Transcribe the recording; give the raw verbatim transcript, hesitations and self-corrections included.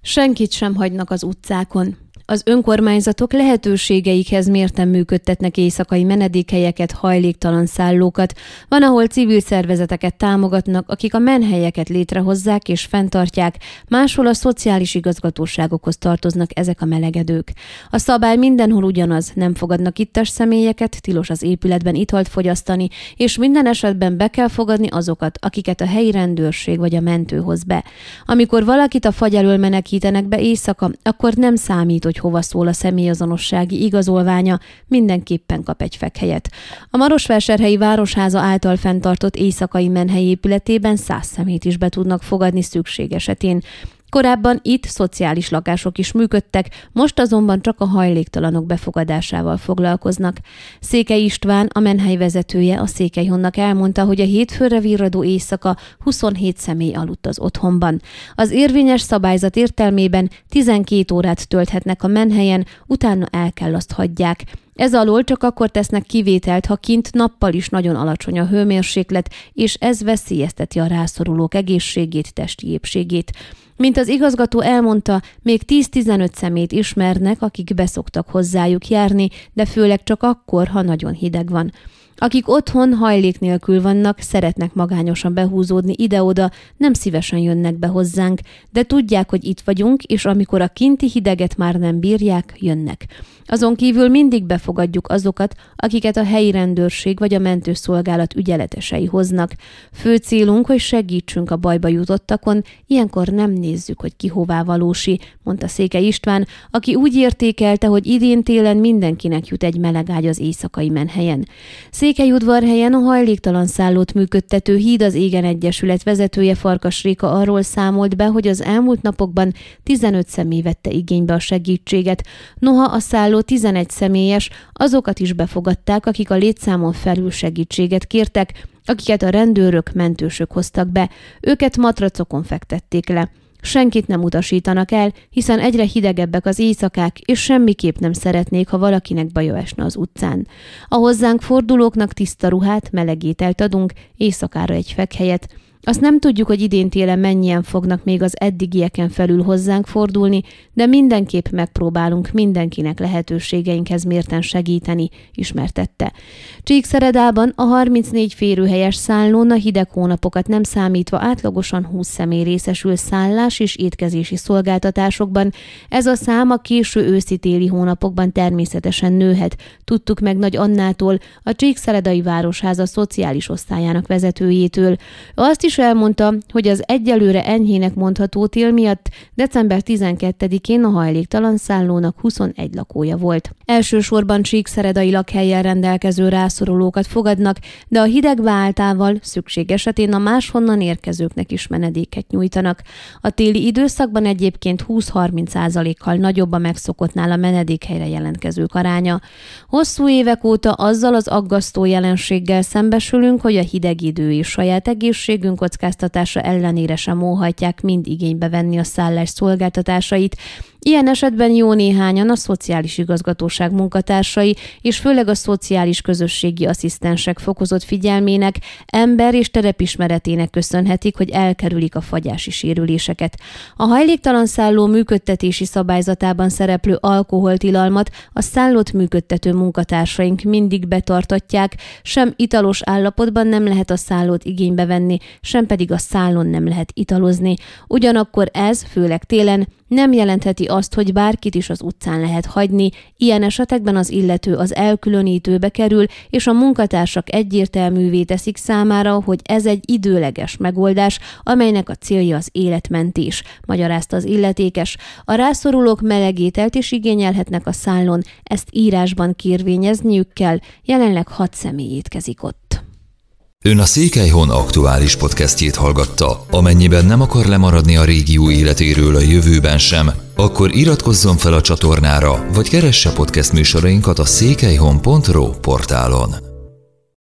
Senkit sem hagynak az utcákon. Az önkormányzatok lehetőségeikhez mérten működtetnek éjszakai menedékhelyeket, hajléktalan szállókat. Van, ahol civil szervezeteket támogatnak, akik a menhelyeket létrehozzák és fenntartják, máshol a szociális igazgatóságokhoz tartoznak ezek a melegedők. A szabály mindenhol ugyanaz, nem fogadnak ittas személyeket, tilos az épületben italt fogyasztani, és minden esetben be kell fogadni azokat, akiket a helyi rendőrség vagy a mentő hoz be. Amikor valakit a fagy elől menekítenek be éjszaka, akkor nem számít, hogy hova szól a személyazonossági igazolványa, mindenképpen kap egy fekhelyet. A Marosvásárhelyi Városháza által fenntartott éjszakai menhely épületében száz személyt is be tudnak fogadni szükség esetén. Korábban itt szociális lakások is működtek, most azonban csak a hajléktalanok befogadásával foglalkoznak. Székely István, a menhely vezetője, a Székelyhonnak elmondta, hogy a hétfőre virradó éjszaka huszonhét személy aludt az otthonban. Az érvényes szabályzat értelmében tizenkét órát tölthetnek a menhelyen, utána el kell azt hagyják. Ez alól csak akkor tesznek kivételt, ha kint nappal is nagyon alacsony a hőmérséklet, és ez veszélyezteti a rászorulók egészségét, testi épségét. Mint az igazgató elmondta, még tíz-tizenöt személyt ismernek, akik beszoktak hozzájuk járni, de főleg csak akkor, ha nagyon hideg van. Akik otthon hajlék nélkül vannak, szeretnek magányosan behúzódni ide-oda, nem szívesen jönnek be hozzánk, de tudják, hogy itt vagyunk, és amikor a kinti hideget már nem bírják, jönnek. Azon kívül mindig befogadjuk azokat, akiket a helyi rendőrség vagy a mentőszolgálat ügyeletesei hoznak. Fő célunk, hogy segítsünk a bajba jutottakon, ilyenkor nem nézzük, hogy ki hová valósi, mondta Székely István, aki úgy értékelte, hogy idén télen mindenkinek jut egy meleg ágy az éjszakai menhelyen. Székelyudvarhelyen a hajléktalan szállót működtető Híd az égen egyesület vezetője Farkas Réka arról számolt be, hogy az elmúlt napokban tizenöt személy vette igénybe a segítséget. Noha a szálló tizenegy személyes, azokat is befogadták, akik a létszámon felül segítséget kértek, akiket a rendőrök, mentősök hoztak be. Őket matracokon fektették le. Senkit nem utasítanak el, hiszen egyre hidegebbek az éjszakák, és semmiképp nem szeretnék, ha valakinek baja esne az utcán. A hozzánk fordulóknak tiszta ruhát, meleg ételt adunk, éjszakára egy fekhelyet. Azt nem tudjuk, hogy idén télen mennyien fognak még az eddigieken felül hozzánk fordulni, de mindenképp megpróbálunk mindenkinek lehetőségeinkhez mérten segíteni, ismertette. Csíkszeredában a harmincnégy férőhelyes szállón a hideg hónapokat nem számítva átlagosan húsz személy részesül szállás és étkezési szolgáltatásokban. Ez a szám a késő őszi-téli hónapokban természetesen nőhet, tudtuk meg Nagy Annától, a Csíkszeredai Városháza szociális osztályának vezetőjétől. Azt is elmondta, hogy az egyelőre enyhének mondható tél miatt december tizenkettedikén a hajléktalan szállónak huszonegy lakója volt. Elsősorban csíkszeredai lakhellyel rendelkező rászorulókat fogadnak, de a hideg váltával szükség esetén a máshonnan érkezőknek is menedéket nyújtanak. A téli időszakban egyébként húsz-harminc százalékkal nagyobb a megszokottnál a menedékhelyre jelentkezők aránya. Hosszú évek óta azzal az aggasztó jelenséggel szembesülünk, hogy a hideg idő és saját egészségünk kockáztatása ellenére sem óhajtják mind igénybe venni a szállás szolgáltatásait. Ilyen esetben jó néhányan a szociális igazgatóság munkatársai és főleg a szociális közösségi asszisztensek fokozott figyelmének, ember- és terepismeretének köszönhetik, hogy elkerülik a fagyási sérüléseket. A hajléktalan szálló működtetési szabályzatában szereplő alkoholtilalmat a szállót működtető munkatársaink mindig betartatják, sem italos állapotban nem lehet a szállót igénybe venni, sem pedig a szállón nem lehet italozni. Ugyanakkor ez, főleg télen, nem jelentheti azt, hogy bárkit is az utcán lehet hagyni, ilyen esetekben az illető az elkülönítőbe kerül, és a munkatársak egyértelművé teszik számára, hogy ez egy időleges megoldás, amelynek a célja az életmentés, magyarázta az illetékes. A rászorulók meleg ételt is igényelhetnek a szállón, ezt írásban kérvényezniük kell, jelenleg hat személy étkezik ott. Ön a Székelyhon aktuális podcastjét hallgatta. Amennyiben nem akar lemaradni a régió életéről a jövőben sem, akkor iratkozzon fel a csatornára, vagy keresse podcast műsorainkat a székelyhon pont ro portálon.